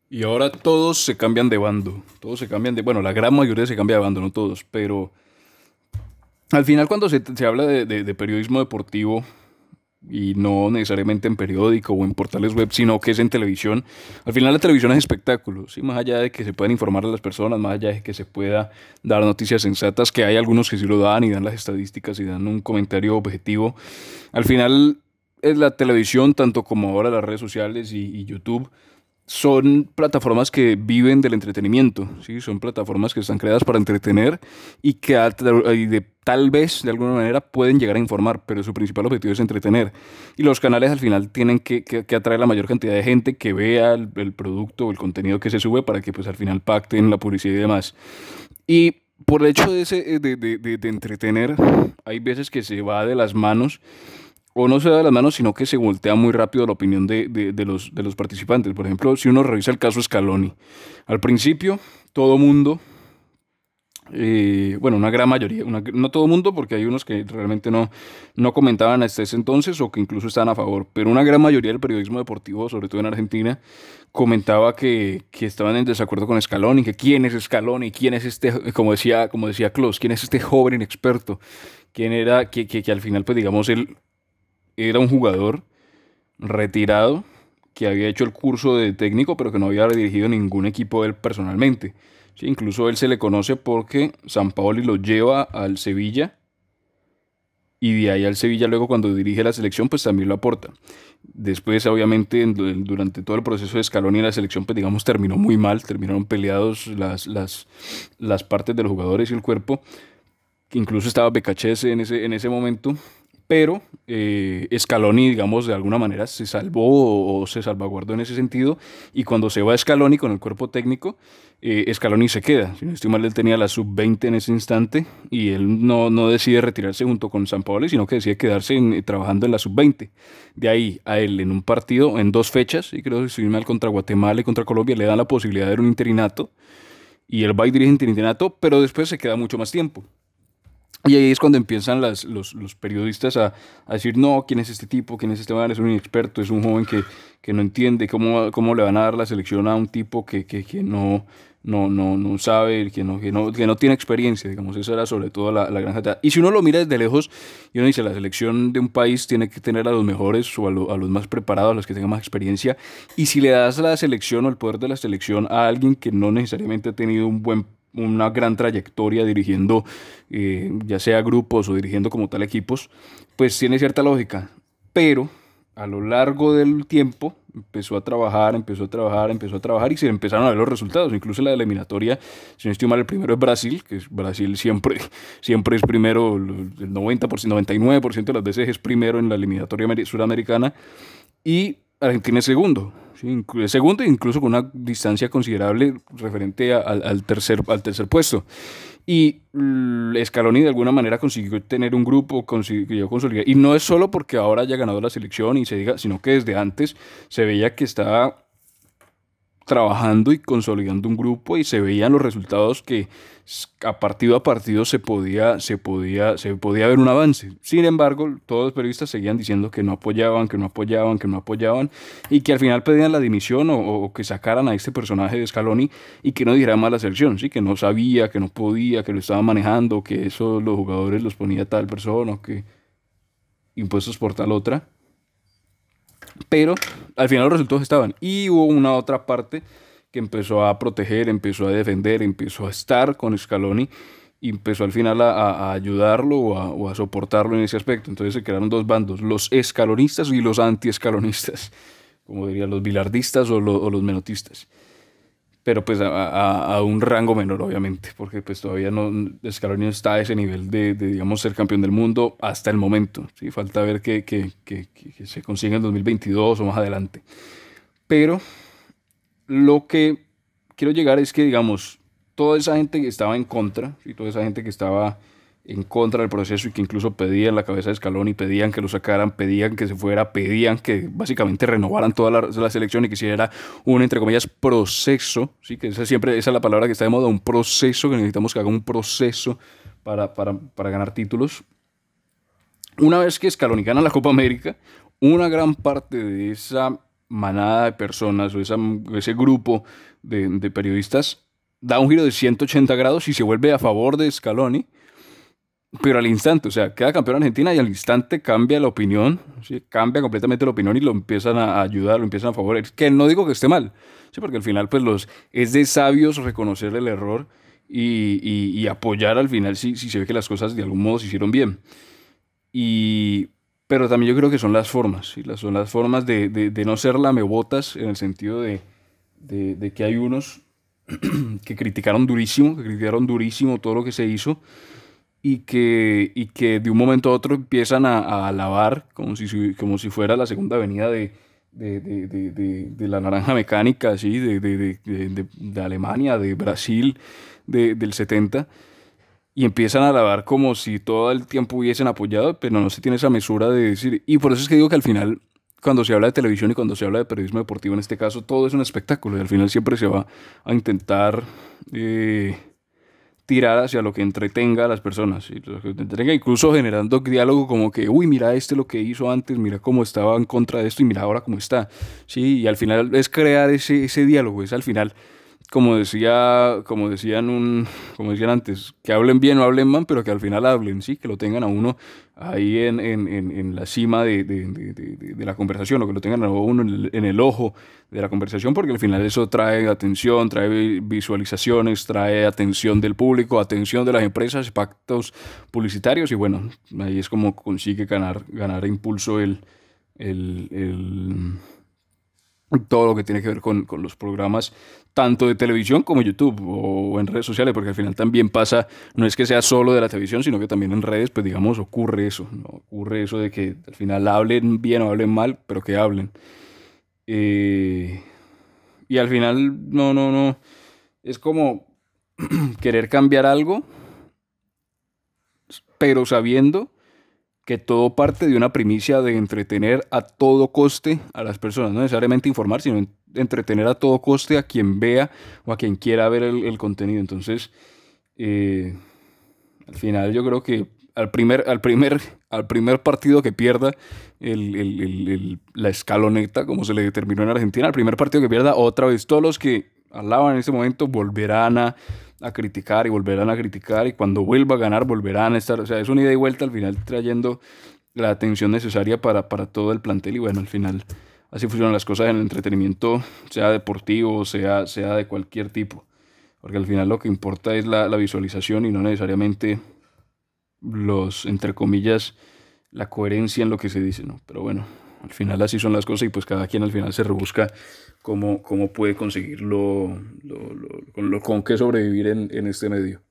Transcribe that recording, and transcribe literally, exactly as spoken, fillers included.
Y ahora todos se cambian de bando. Todos se cambian de. Bueno, la gran mayoría se cambia de bando, no todos. Pero al final, cuando se, se habla de, de- de periodismo deportivo, y no necesariamente en periódico o en portales web, sino que es en televisión, al final la televisión es espectáculo. ¿Sí? Más allá de que se puedan informar a las personas, más allá de que se pueda dar noticias sensatas, que hay algunos que sí lo dan y dan las estadísticas y dan un comentario objetivo. Al final es la televisión, tanto como ahora las redes sociales y, y YouTube son plataformas que viven del entretenimiento, ¿sí? Son plataformas que están creadas para entretener y que a tra- y de, tal vez de alguna manera pueden llegar a informar, pero su principal objetivo es entretener. Y los canales al final tienen que, que- que atraer la mayor cantidad de gente que vea el, el producto o el contenido que se sube para que pues al final pacten la publicidad y demás. Y por el hecho de, ese, de, de de- de entretener, hay veces que se va de las manos o no se da de las manos, sino que se voltea muy rápido la opinión de, de- de los, de los participantes. Por ejemplo, si uno revisa el caso Scaloni, al principio todo mundo, eh, bueno, una gran mayoría, una- no todo mundo, porque hay unos que realmente no, no comentaban hasta ese entonces o que incluso estaban a favor, pero una gran mayoría del periodismo deportivo, sobre todo en Argentina, comentaba que, que estaban en desacuerdo con Scaloni, que quién es Scaloni, quién es este, como decía, como decía Klaus, quién es este joven inexperto, quién era, que, que, que al final, pues digamos, él era un jugador retirado que había hecho el curso de técnico, pero que no había dirigido ningún equipo él personalmente. Sí, incluso él se le conoce porque Sampaoli lo lleva al Sevilla y de ahí al Sevilla luego cuando dirige la selección pues también lo aporta. Después obviamente en- durante todo el proceso de Scaloni en la selección pues digamos terminó muy mal, terminaron peleados las, las, las partes de los jugadores y el cuerpo, que incluso estaba Becachese en ese, en ese momento, pero eh, Scaloni, digamos, de alguna manera se salvó o, o se salvaguardó en ese sentido, y cuando se va Scaloni con el cuerpo técnico, eh, Scaloni se queda. Si no estoy mal, él tenía la sub veinte en ese instante, y él no, no decide retirarse junto con Sampaoli, sino que decide quedarse en- eh, trabajando en la sub veinte. De ahí a él en un partido, en dos fechas, y creo que si estoy mal contra Guatemala y contra Colombia, le dan la posibilidad de dar un interinato, y él va y dirige interinato, pero después se queda mucho más tiempo. Y ahí es cuando empiezan las, los, los periodistas a, a decir, no, ¿quién es este tipo? ¿Quién es este man? Es un inexperto, es un joven que, que no entiende cómo, cómo le van a dar la selección a un tipo que, que, que no, no, no, no sabe, que no, que, no, que no tiene experiencia, digamos, esa era sobre todo la, la gran jata. Y si uno lo mira desde lejos y uno dice, la selección de un país tiene que tener a los mejores o a, lo- a los más preparados, a los que tengan más experiencia, y si le das la selección o el poder de la selección a alguien que no necesariamente ha tenido un buen una gran trayectoria dirigiendo eh, ya sea grupos o dirigiendo como tal equipos, pues tiene cierta lógica. Pero a lo largo del tiempo empezó a trabajar, empezó a trabajar, empezó a trabajar y se empezaron a ver los resultados. Incluso la eliminatoria, si no estoy mal, el primero es Brasil, que es Brasil siempre, siempre es primero, el noventa por ciento, noventa y nueve por ciento de las veces es primero en la eliminatoria suramericana y Argentina es segundo. ¿Sí? Inclu- es segundo, incluso con una distancia considerable referente a- al, al tercer, al tercer puesto. Y mm, Scaloni de alguna manera consiguió tener un grupo, consiguió consolidar. Y no es solo porque ahora haya ganado la selección y se diga, sino que desde antes se veía que estaba trabajando y consolidando un grupo y se veían los resultados que s- a partido a partido se podía, se podía, se podía ver un avance. Sin embargo, todos los periodistas seguían diciendo que no apoyaban, que no apoyaban, que no apoyaban y que al final pedían la dimisión o, o que sacaran a este personaje de Scaloni y que no dijera más la selección, sí, que no sabía, que no podía, que lo estaba manejando, que eso los jugadores los ponía tal persona o que impuestos por tal otra. Pero al final los resultados estaban. Y hubo una otra parte que empezó a proteger, empezó a defender, empezó a estar con Scaloni y empezó al final a, a- a ayudarlo o a, o a soportarlo en ese aspecto. Entonces se crearon dos bandos, los escalonistas y los anti-escalonistas, como dirían los bilardistas o, lo- o los menotistas. Pero pues a, a- a un rango menor, obviamente, porque pues todavía no, Scaloni no está a ese nivel de, de, digamos, ser campeón del mundo hasta el momento. ¿Sí? Falta ver que, que, que, que- que se consiga en dos mil veintidós o más adelante. Pero lo que quiero llegar es que, digamos, toda esa gente que estaba en contra, y toda esa gente que estaba en contra del proceso y que incluso pedían la cabeza de Scaloni, pedían que lo sacaran, pedían que se fuera, pedían que básicamente renovaran toda la, la selección y que hiciera un, entre comillas, proceso, ¿sí? Que esa siempre esa es la palabra que está de moda, un proceso, que necesitamos que haga un proceso para, para, para ganar títulos. Una vez que Scaloni gana la Copa América, una gran parte de esa manada de personas o esa, ese grupo de, de periodistas da un giro de ciento ochenta grados y se vuelve a favor de Scaloni, pero al instante, o sea, queda campeón Argentina y al instante cambia la opinión, ¿sí? Cambia completamente la opinión y lo empiezan a ayudar, lo empiezan a favorecer, que no digo que esté mal, ¿sí? Porque al final pues los, es de sabios reconocer el error y, y- y apoyar al final si, si se ve que las cosas de algún modo se hicieron bien. Y, pero también yo creo que son las formas, ¿sí? Las, son las formas de, de, de no ser lamebotas en el sentido de, de, de que hay unos que criticaron durísimo, que criticaron durísimo todo lo que se hizo y que, y que de un momento a otro empiezan a, a alabar como si, su- como si fuera la segunda avenida de, de, de, de, de- de la naranja mecánica, así, de, de, de, de- de- de Alemania, de Brasil, de- del setenta y empiezan a alabar como si todo el tiempo hubiesen apoyado, pero no se tiene esa mesura de decir, y por eso es que digo que al final, cuando se habla de televisión y cuando se habla de periodismo deportivo en este caso, todo es un espectáculo y al final siempre se va a intentar... eh, tirar hacia lo que entretenga a las personas, y lo que entretenga, incluso generando diálogo como que, uy, mira este lo que hizo antes, mira cómo estaba en contra de esto y mira ahora cómo está, sí, y al final es crear ese, ese diálogo, es al final, como decía, como decían un, como decían antes, que hablen bien o hablen mal, pero que al final hablen, sí, que lo tengan a uno ahí en, en, en, en la cima de, de, de, de, de- de la conversación, o que lo tengan a uno en el, en el ojo de la conversación, porque al final eso trae atención, trae vi- visualizaciones, trae atención del público, atención de las empresas, pactos publicitarios, y bueno, ahí es como consigue ganar, ganar impulso el, el, el todo lo que tiene que ver con, con los programas, tanto de televisión como YouTube o en redes sociales, porque al final también pasa, no es que sea solo de la televisión, sino que también en redes, pues digamos, ocurre eso, ¿no? Ocurre eso de que al final hablen bien o hablen mal, pero que hablen. Eh, y al final, no, no, no, es como querer cambiar algo, pero sabiendo que todo parte de una primicia de entretener a todo coste a las personas, no necesariamente informar, sino en- entretener a todo coste a quien vea o a quien quiera ver el, el contenido. Entonces, eh, al final yo creo que al primer, al primer, al primer partido que pierda el, el- el- el- la escaloneta, como se le determinó en Argentina, al primer partido que pierda, otra vez todos los que alaban en este momento volverán a, a criticar y volverán a criticar y cuando vuelva a ganar volverán a estar, o sea, es una ida y vuelta al final trayendo la atención necesaria para, para todo el plantel y bueno, al final así funcionan las cosas en el entretenimiento, sea deportivo, sea, sea de cualquier tipo. Porque al final lo que importa es la, la visualización y no necesariamente los, entre comillas, la coherencia en lo que se dice, ¿no? Pero bueno, al final así son las cosas y pues cada quien al final se rebusca cómo, cómo puede conseguir lo, lo- lo- con, lo, con qué sobrevivir en, en este medio.